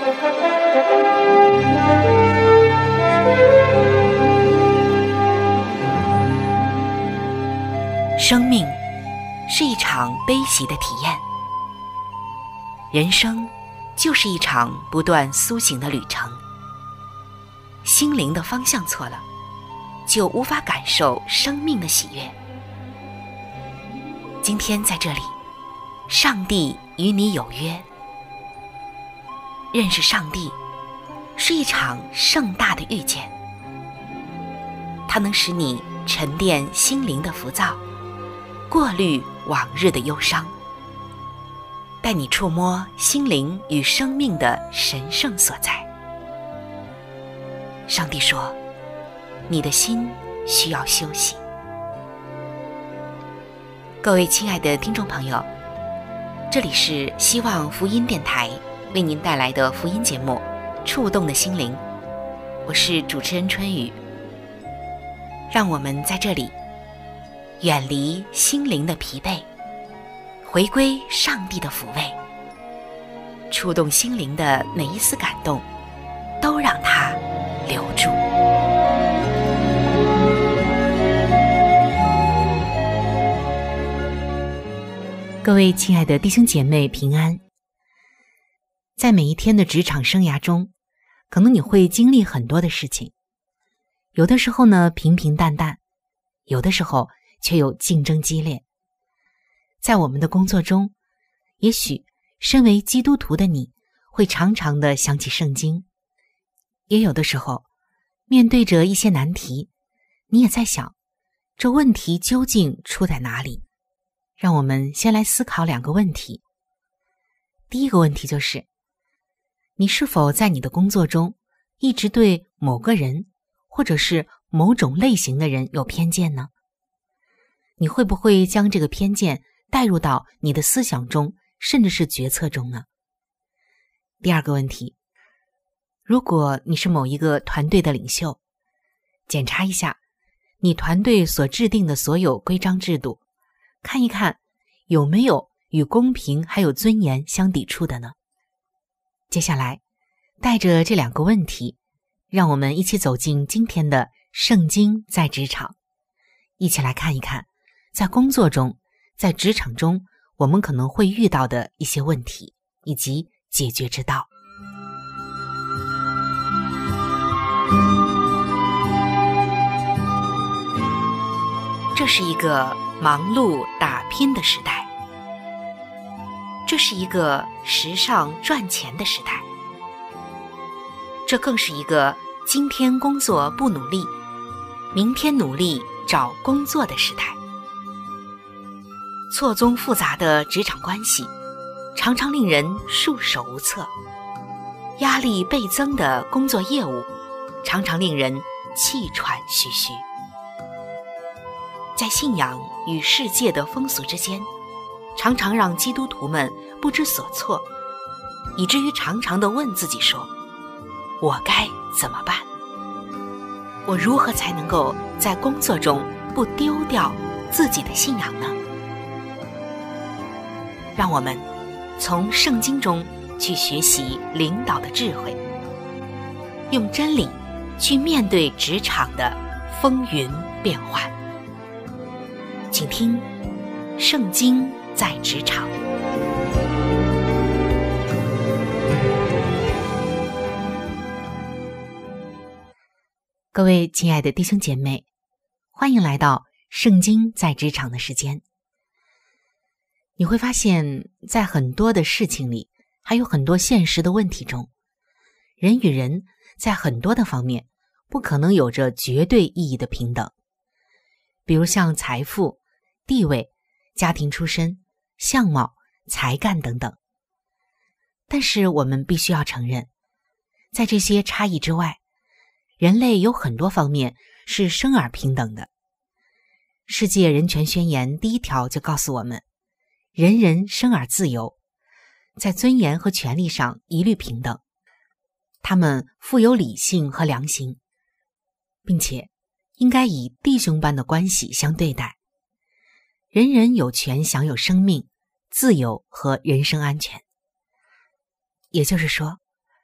生命是一场悲喜的体验，人生就是一场不断苏醒的旅程。心灵的方向错了，就无法感受生命的喜悦。今天在这里，上帝与你有约。认识上帝是一场盛大的遇见，它能使你沉淀心灵的浮躁，过滤往日的忧伤，带你触摸心灵与生命的神圣所在。上帝说，你的心需要休息。各位亲爱的听众朋友，这里是希望福音电台为您带来的福音节目《触动的心灵》，我是主持人春雨。让我们在这里远离心灵的疲惫，回归上帝的抚慰，触动心灵的每一丝感动，都让它留住。各位亲爱的弟兄姐妹平安。在每一天的职场生涯中，可能你会经历很多的事情，有的时候呢平平淡淡，有的时候却有竞争激烈。在我们的工作中，也许身为基督徒的你会常常的想起圣经，也有的时候面对着一些难题，你也在想这问题究竟出在哪里。让我们先来思考两个问题。第一个问题就是，你是否在你的工作中一直对某个人或者是某种类型的人有偏见呢？你会不会将这个偏见带入到你的思想中，甚至是决策中呢？第二个问题，如果你是某一个团队的领袖，检查一下你团队所制定的所有规章制度，看一看有没有与公平还有尊严相抵触的呢？接下来带着这两个问题，让我们一起走进今天的圣经在职场，一起来看一看在工作中，在职场中我们可能会遇到的一些问题以及解决之道。这是一个忙碌打拼的时代，这是一个时尚赚钱的时代，这更是一个今天工作不努力，明天努力找工作的时代。错综复杂的职场关系常常令人束手无策，压力倍增的工作业务常常令人气喘吁吁。在信仰与世界的风俗之间，常常让基督徒们不知所措，以至于常常地问自己说，我该怎么办？我如何才能够在工作中不丢掉自己的信仰呢？让我们从圣经中去学习领导的智慧，用真理去面对职场的风云变幻。请听圣经在职场。各位亲爱的弟兄姐妹，欢迎来到圣经在职场的时间。你会发现在很多的事情里，还有很多现实的问题中，人与人在很多的方面不可能有着绝对意义的平等。比如像财富、地位、家庭出身、相貌、才干等等。但是我们必须要承认，在这些差异之外，人类有很多方面是生而平等的。世界人权宣言第1条就告诉我们，人人生而自由，在尊严和权利上一律平等，他们富有理性和良心，并且应该以弟兄般的关系相对待。人人有权享有生命、自由和人身安全。也就是说，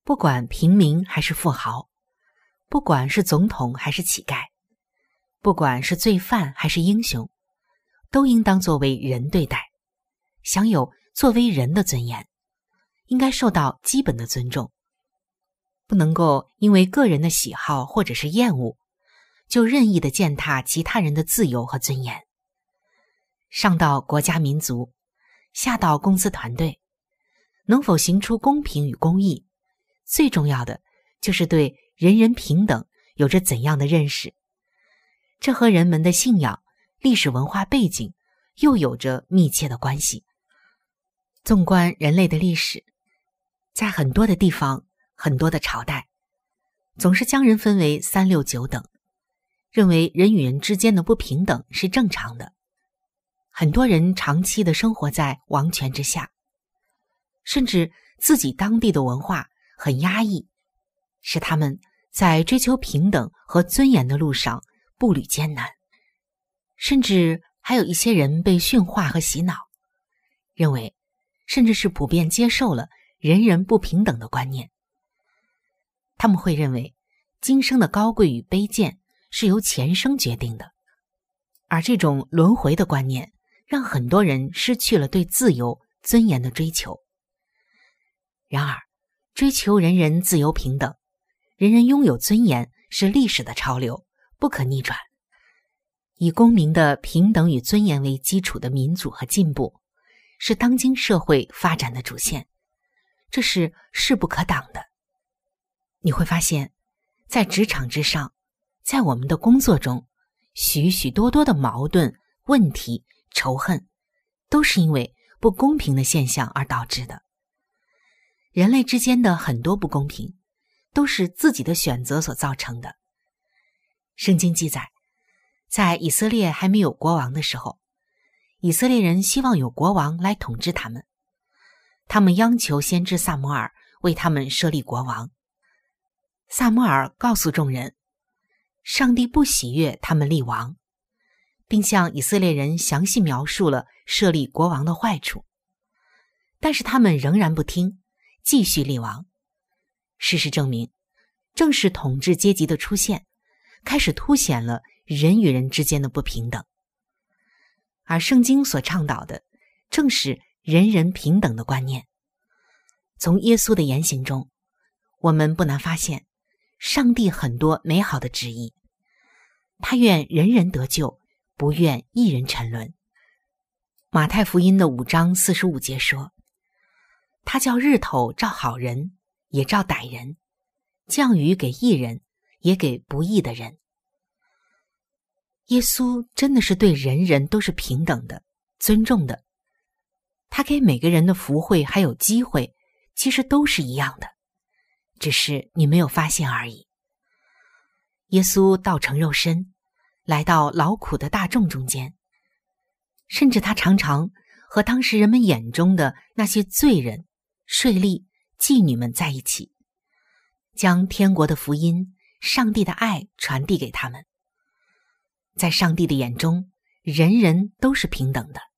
不管平民还是富豪，不管是总统还是乞丐，不管是罪犯还是英雄，都应当作为人对待，享有作为人的尊严，应该受到基本的尊重，不能够因为个人的喜好或者是厌恶，就任意的践踏其他人的自由和尊严。上到国家民族，下到公司团队，能否行出公平与公义，最重要的就是对人人平等有着怎样的认识。这和人们的信仰、历史文化背景又有着密切的关系。纵观人类的历史，在很多的地方，很多的朝代，总是将人分为3、6、9等，认为人与人之间的不平等是正常的。很多人长期的生活在王权之下，甚至自己当地的文化很压抑，使他们在追求平等和尊严的路上步履艰难。甚至还有一些人被驯化和洗脑，认为甚至是普遍接受了人人不平等的观念。他们会认为今生的高贵与卑贱是由前生决定的，而这种轮回的观念让很多人失去了对自由、尊严的追求。然而，追求人人自由平等，人人拥有尊严是历史的潮流，不可逆转。以公民的平等与尊严为基础的民主和进步，是当今社会发展的主线，这是势不可挡的。你会发现，在职场之上，在我们的工作中，许许多多的矛盾、问题、仇恨，都是因为不公平的现象而导致的。人类之间的很多不公平，都是自己的选择所造成的。圣经记载，在以色列还没有国王的时候，以色列人希望有国王来统治他们。他们央求先知撒母耳为他们设立国王。撒母耳告诉众人，上帝不喜悦他们立王，并向以色列人详细描述了设立国王的坏处。但是他们仍然不听，继续立王。事实证明，正是统治阶级的出现，开始凸显了人与人之间的不平等。而圣经所倡导的，正是人人平等的观念。从耶稣的言行中，我们不难发现，上帝很多美好的旨意。他愿人人得救，不愿一人沉沦。马太福音的5章45节说，他叫日头照好人，也照歹人，降雨给义人，也给不义的人。耶稣真的是对人人都是平等的、尊重的。他给每个人的福惠还有机会，其实都是一样的，只是你没有发现而已。耶稣道成肉身，来到劳苦的大众中间，甚至他常常和当时人们眼中的那些罪人、税吏、妓女们在一起，将天国的福音、上帝的爱传递给他们。在上帝的眼中，人人都是平等的。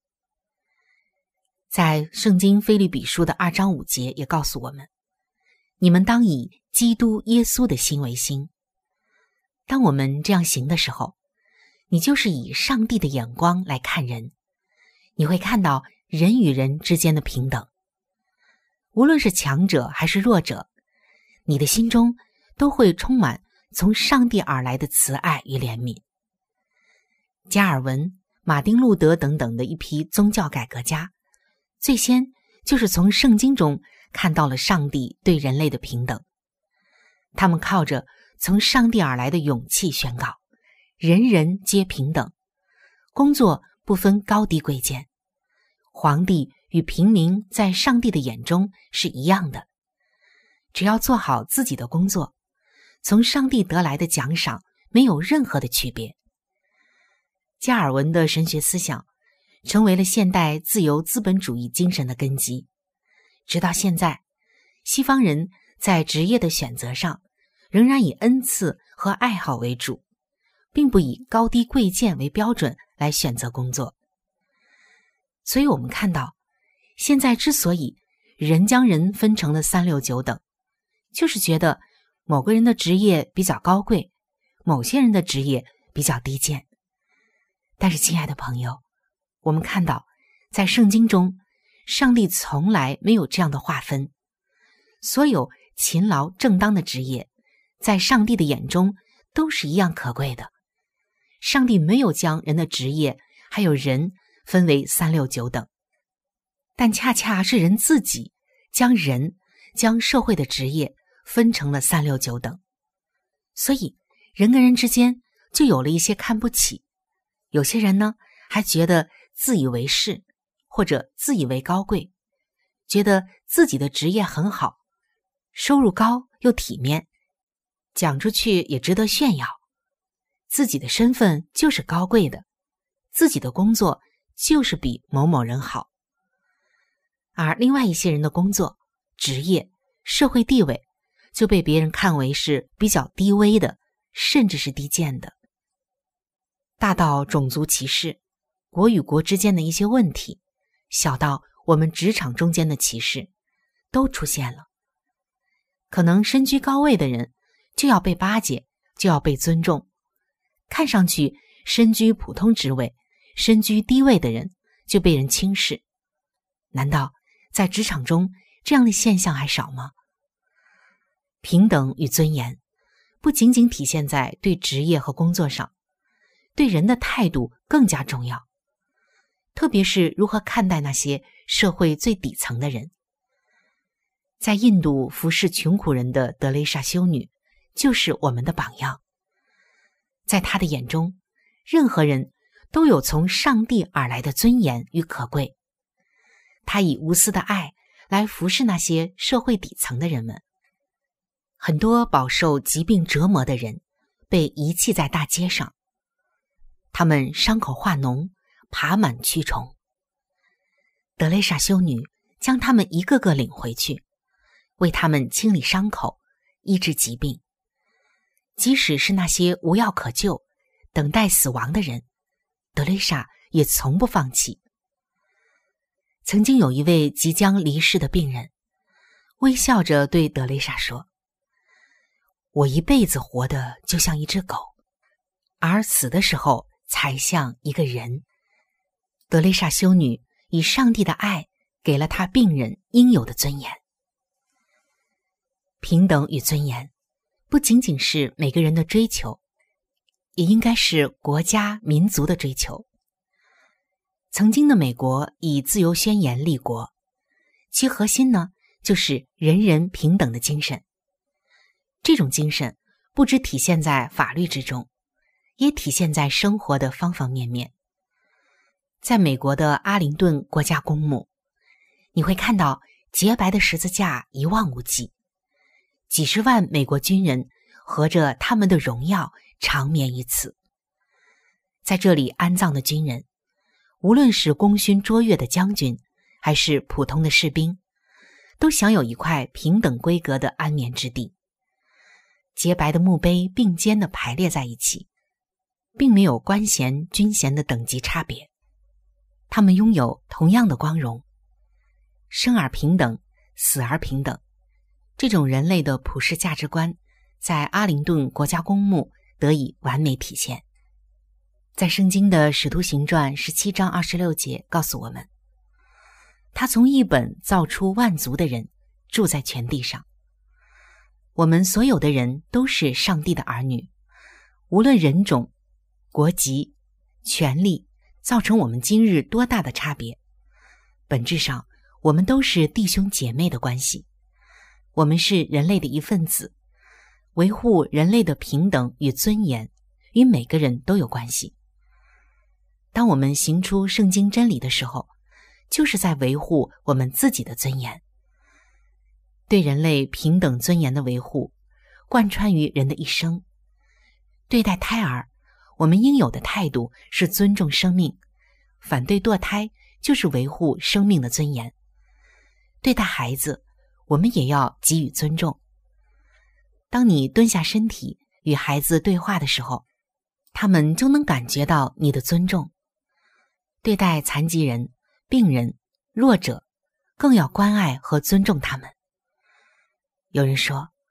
在圣经腓立比书的2章5节也告诉我们，你们当以基督耶稣的心为心。当我们这样行的时候，你就是以上帝的眼光来看人，你会看到人与人之间的平等。无论是强者还是弱者，你的心中都会充满从上帝而来的慈爱与怜悯。加尔文、马丁路德等等的一批宗教改革家，最先就是从圣经中看到了上帝对人类的平等。他们靠着从上帝而来的勇气宣告，人人皆平等，工作不分高低贵贱，皇帝与平民在上帝的眼中是一样的，只要做好自己的工作，从上帝得来的奖赏没有任何的区别。加尔文的神学思想成为了现代自由资本主义精神的根基。直到现在，西方人在职业的选择上仍然以恩赐和爱好为主，并不以高低贵贱为标准来选择工作。所以我们看到，现在之所以人将人分成了3、6、9等， 就是觉得某个人的职业比较高贵，某些人的职业比较低贱。但是亲爱的朋友，我们看到在圣经中，上帝从来没有这样的划分。所有勤劳正当的职业，在上帝的眼中都是一样可贵的。上帝没有将人的职业还有人分为3、6、9等，但恰恰是人自己将社会的职业分成了3、6、9等。所以人跟人之间就有了一些看不起，有些人呢还觉得自以为是，或者自以为高贵，觉得自己的职业很好，收入高又体面，讲出去也值得炫耀，自己的身份就是高贵的，自己的工作就是比某某人好。而另外一些人的工作、职业、社会地位就被别人看为是比较低微的，甚至是低贱的。大到种族歧视，国与国之间的一些问题，小到我们职场中间的歧视，都出现了。可能身居高位的人就要被巴结，就要被尊重，看上去身居普通职位、身居低位的人就被人轻视。难道在职场中这样的现象还少吗？平等与尊严不仅仅体现在对职业和工作上，对人的态度更加重要，特别是如何看待那些社会最底层的人。在印度服侍穷苦人的德蕾莎修女就是我们的榜样。在她的眼中，任何人都有从上帝而来的尊严与可贵。她以无私的爱来服侍那些社会底层的人们。很多饱受疾病折磨的人被遗弃在大街上，他们伤口化脓，爬满蛆虫。德蕾莎修女将他们一个个领回去，为他们清理伤口，医治疾病。即使是那些无药可救、等待死亡的人，德蕾莎也从不放弃。曾经有一位即将离世的病人，微笑着对德蕾莎说：“我一辈子活得就像一只狗，而死的时候才像一个人。”德蕾莎修女以上帝的爱给了她病人应有的尊严。平等与尊严不仅仅是每个人的追求，也应该是国家民族的追求。曾经的美国以自由宣言立国，其核心呢就是人人平等的精神。这种精神不只体现在法律之中，也体现在生活的方方面面。在美国的阿灵顿国家公墓，你会看到洁白的十字架一望无际，几十万美国军人合着他们的荣耀长眠于此。在这里安葬的军人，无论是功勋卓越的将军，还是普通的士兵，都享有一块平等规格的安眠之地。洁白的墓碑并肩地排列在一起，并没有官衔、军衔的等级差别，他们拥有同样的光荣。生而平等，死而平等，这种人类的普世价值观在阿灵顿国家公墓得以完美体现。在圣经的使徒行传17章26节告诉我们，他从一本造出万族的人，住在全地上。我们所有的人都是上帝的儿女，无论人种、国籍、权力造成我们今日多大的差别，本质上我们都是弟兄姐妹的关系。我们是人类的一份子，维护人类的平等与尊严与每个人都有关系。当我们行出圣经真理的时候，就是在维护我们自己的尊严。对人类平等尊严的维护贯穿于人的一生。对待胎儿，我们应有的态度是尊重生命，反对堕胎就是维护生命的尊严。对待孩子，我们也要给予尊重。当你蹲下身体与孩子对话的时候，他们就能感觉到你的尊重。对待残疾人、病人、弱者，更要关爱和尊重他们。有人说，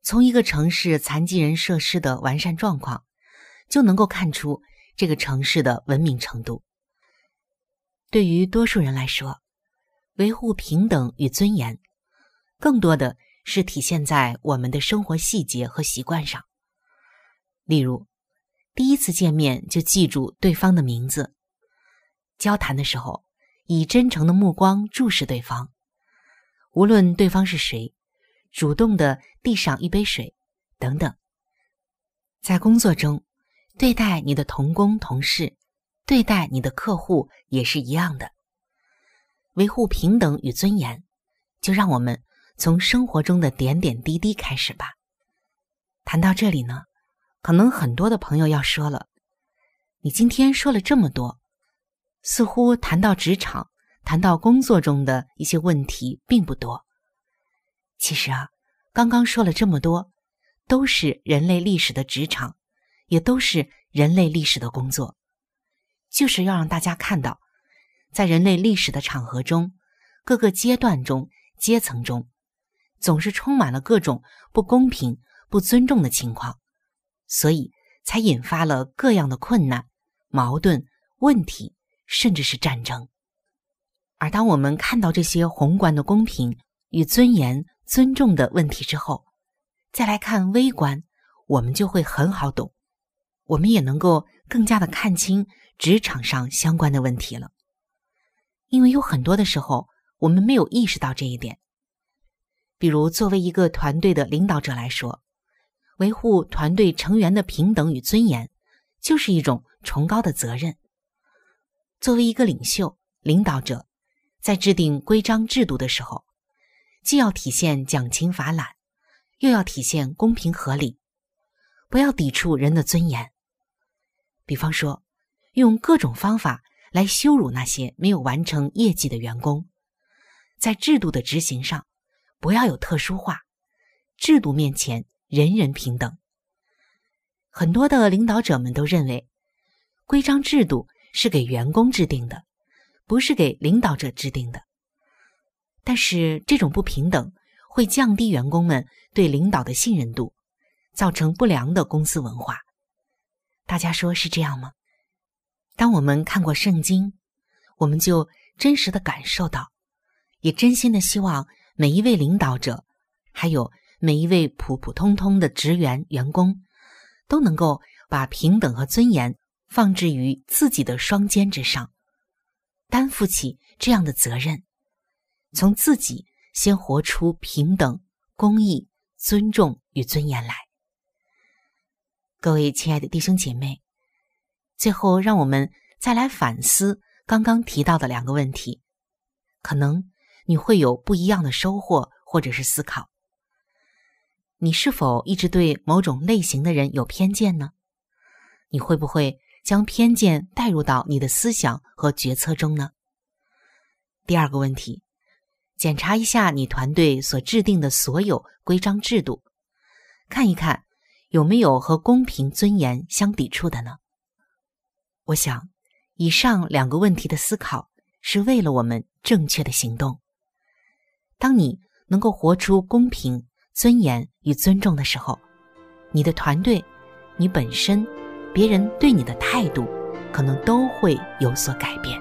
从一个城市残疾人设施的完善状况，就能够看出这个城市的文明程度。对于多数人来说，维护平等与尊严，更多的是体现在我们的生活细节和习惯上。例如，第一次见面就记住对方的名字，交谈的时候以真诚的目光注视对方，无论对方是谁，主动地递上一杯水，等等。在工作中，对待你的同工同事，对待你的客户也是一样的。维护平等与尊严，就让我们从生活中的点点滴滴开始吧。谈到这里呢，可能很多的朋友要说了，你今天说了这么多，似乎谈到职场，谈到工作中的一些问题并不多。其实啊，刚刚说了这么多，都是人类历史的职场，也都是人类历史的工作，就是要让大家看到，在人类历史的场合中，各个阶段中、阶层中，总是充满了各种不公平、不尊重的情况，所以才引发了各样的困难、矛盾、问题，甚至是战争。而当我们看到这些宏观的公平与尊严、尊重的问题之后，再来看微观，我们就会很好懂，我们也能够更加的看清职场上相关的问题了。因为有很多的时候，我们没有意识到这一点。比如作为一个团队的领导者来说，维护团队成员的平等与尊严，就是一种崇高的责任。作为一个领袖、领导者，在制定规章制度的时候，既要体现奖勤罚懒，又要体现公平合理，不要抵触人的尊严。比方说，用各种方法来羞辱那些没有完成业绩的员工。在制度的执行上，不要有特殊化，制度面前人人平等。很多的领导者们都认为，规章制度是给员工制定的，不是给领导者制定的。但是这种不平等会降低员工们对领导的信任度，造成不良的公司文化。大家说是这样吗？当我们看过圣经，我们就真实的感受到，也真心的希望每一位领导者，还有每一位普普通通的职员、员工，都能够把平等和尊严放置于自己的双肩之上，担负起这样的责任，从自己先活出平等、公义、尊重与尊严来。各位亲爱的弟兄姐妹，最后让我们再来反思刚刚提到的两个问题，可能你会有不一样的收获或者是思考。你是否一直对某种类型的人有偏见呢？你会不会将偏见带入到你的思想和决策中呢？第二个问题，检查一下你团队所制定的所有规章制度，看一看有没有和公平尊严相抵触的呢？我想，以上两个问题的思考是为了我们正确的行动。当你能够活出公平、尊严与尊重的时候，你的团队、你本身、别人对你的态度可能都会有所改变。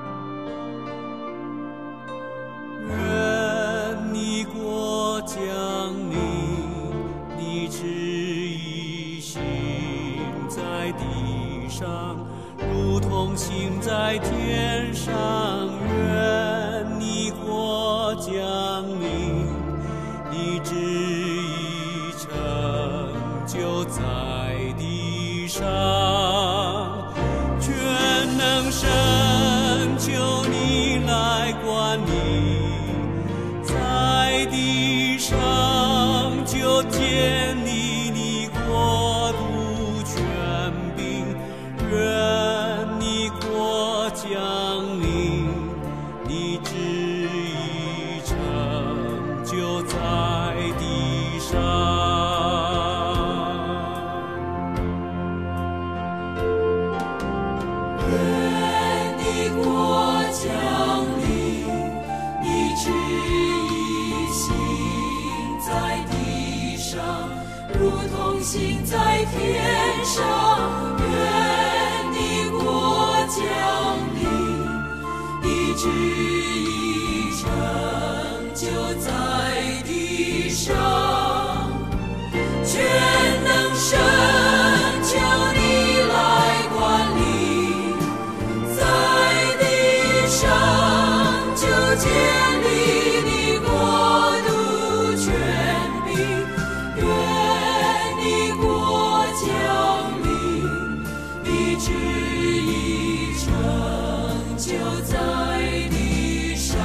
愿你国降临，你旨意行在地上，如同行在天上。愿你国降临，你旨意成就在地上，全能神求你来管理，在地上就建立你国度权柄。愿你国降临，你旨意成就在地上。愿你国降临，你如同行在天上。愿你国降临，你旨意成就在地上。全能神，求你来管理，在地上就建立你国度权柄。愿你国降临，你旨意成就在地上。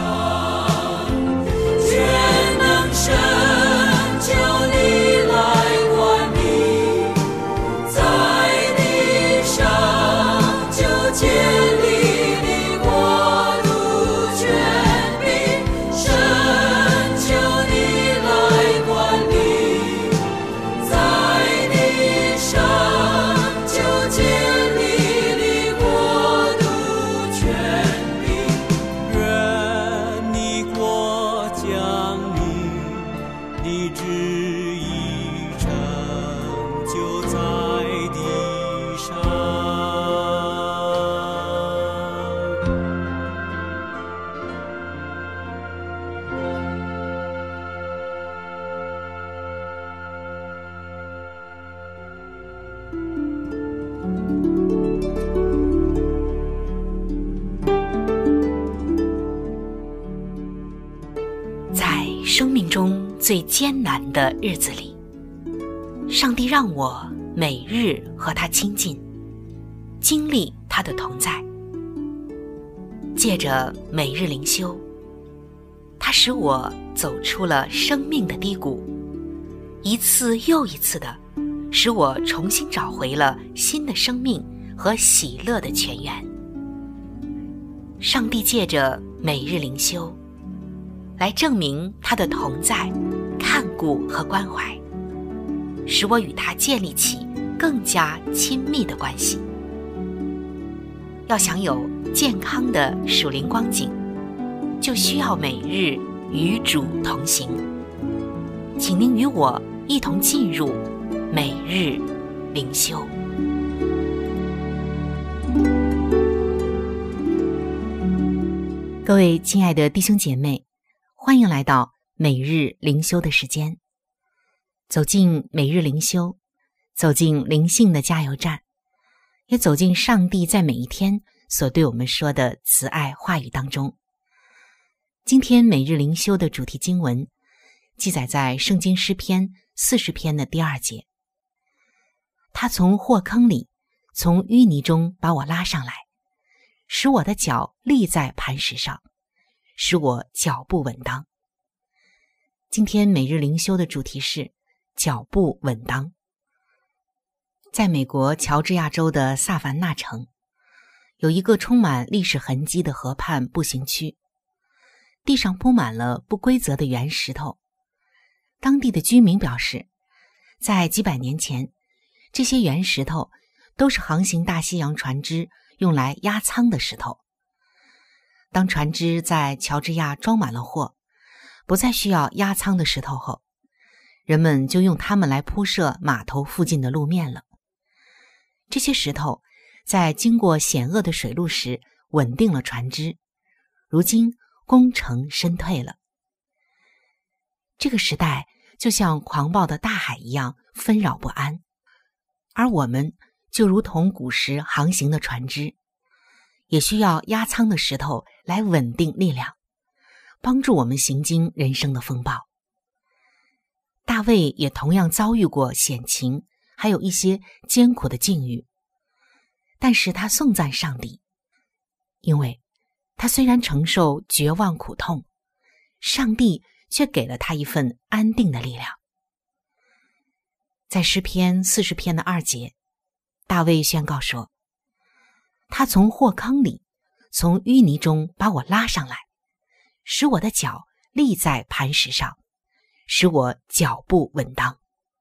全能神，求你来管理，在地上就建立你国度权柄。神，求你来管理，在地上就建立你国度权柄。愿你国降临，你旨意成就在地上。 在生命中最艰难的日子里，上帝让我每日和他亲近，经历他的同在。借着每日灵修，他使我走出了生命的低谷，一次又一次的使我重新找回了新的生命和喜乐的泉源。上帝借着每日灵修来证明他的同在、看顾和关怀，使我与他建立起更加亲密的关系。要享有健康的属灵光景，就需要每日与主同行。请您与我一同进入每日灵修。各位亲爱的弟兄姐妹，欢迎来到每日灵修的时间。走进每日灵修，走进灵性的加油站，也走进上帝在每一天所对我们说的慈爱话语当中。今天每日灵修的主题经文记载在圣经诗篇40篇的第2节。他从祸坑里，从淤泥中把我拉上来，使我的脚立在磐石上，使我脚步稳当。今天每日灵修的主题是脚步稳当。在美国乔治亚州的萨凡纳城，有一个充满历史痕迹的河畔步行区，地上铺满了不规则的圆石头。当地的居民表示，在几百年前，这些圆石头都是航行大西洋船只用来压舱的石头。当船只在乔治亚装满了货，不再需要压舱的石头后，人们就用它们来铺设码头附近的路面了。这些石头在经过险恶的水路时稳定了船只，如今功成身退了。这个时代就像狂暴的大海一样纷扰不安，而我们就如同古时航行的船只，也需要压舱的石头来稳定力量，帮助我们行经人生的风暴。大卫也同样遭遇过险情，还有一些艰苦的境遇，但是他颂赞上帝，因为他虽然承受绝望苦痛，上帝却给了他一份安定的力量。在诗篇40篇的2节，大卫宣告说，他从祸坑里，从淤泥中把我拉上来，使我的脚立在磐石上，使我脚步稳当。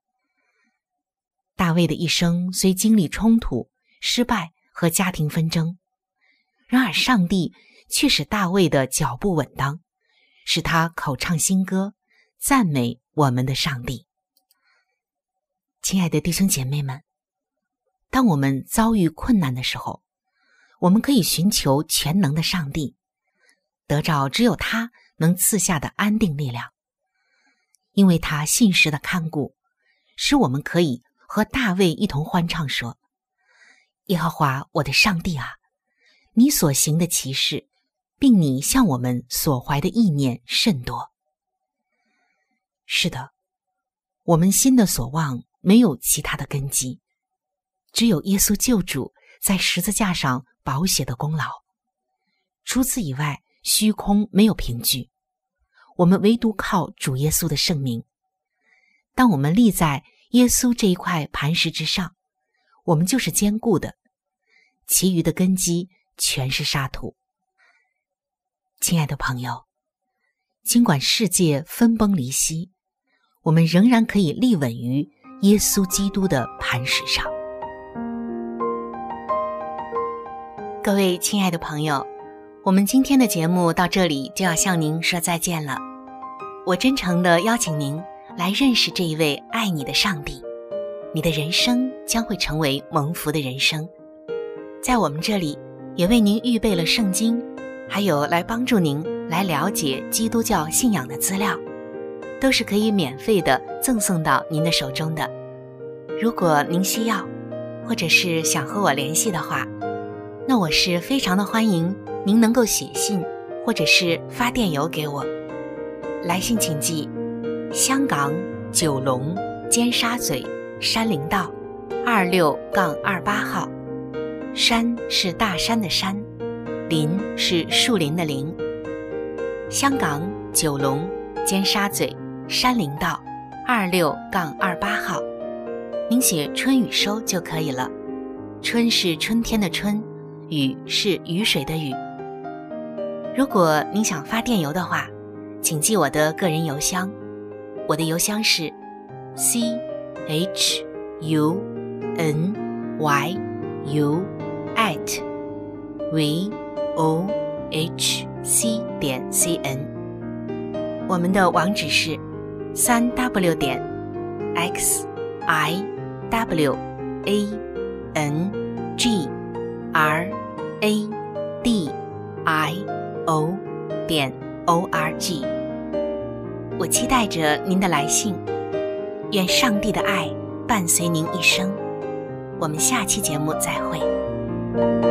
大卫的一生虽经历冲突、失败和家庭纷争，然而上帝却使大卫的脚步稳当，使他口唱新歌，赞美我们的上帝。 亲爱的弟兄姐妹们，当我们遭遇困难的时候，我们可以寻求全能的上帝，得着只有他能赐下的安定力量，因为他信实的看顾，使我们可以和大卫一同欢唱说：耶和华我的上帝啊，你所行的奇事，并你向我们所怀的意念甚多。是的，我们心的所望没有其他的根基，只有耶稣救主在十字架上宝血的功劳。除此以外，虚空没有凭据。我们唯独靠主耶稣的圣名。当我们立在耶稣这一块磐石之上，我们就是坚固的，其余的根基全是沙土。亲爱的朋友，尽管世界分崩离析，我们仍然可以立稳于耶稣基督的磐石上。各位亲爱的朋友，我们今天的节目到这里就要向您说再见了。我真诚地邀请您来认识这一位爱你的上帝，你的人生将会成为蒙福的人生。在我们这里也为您预备了圣经，还有来帮助您来了解基督教信仰的资料，都是可以免费的赠送到您的手中的。如果您需要，或者是想和我联系的话，那我是非常的欢迎您能够写信或者是发电邮给我。来信请寄香港九龙尖沙咀山林道26-28号，山是大山的山，林是树林的林。香港九龙尖沙咀山林道26-28号，您写春雨收就可以了。春是春天的春，雨是雨水的雨。如果您想发电邮的话，请寄我的个人邮箱，我的邮箱是 chunyu@vohc.cn， 我们的网址是3w.xiwangradio.org。我期待着您的来信，愿上帝的爱伴随您一生。我们下期节目再会。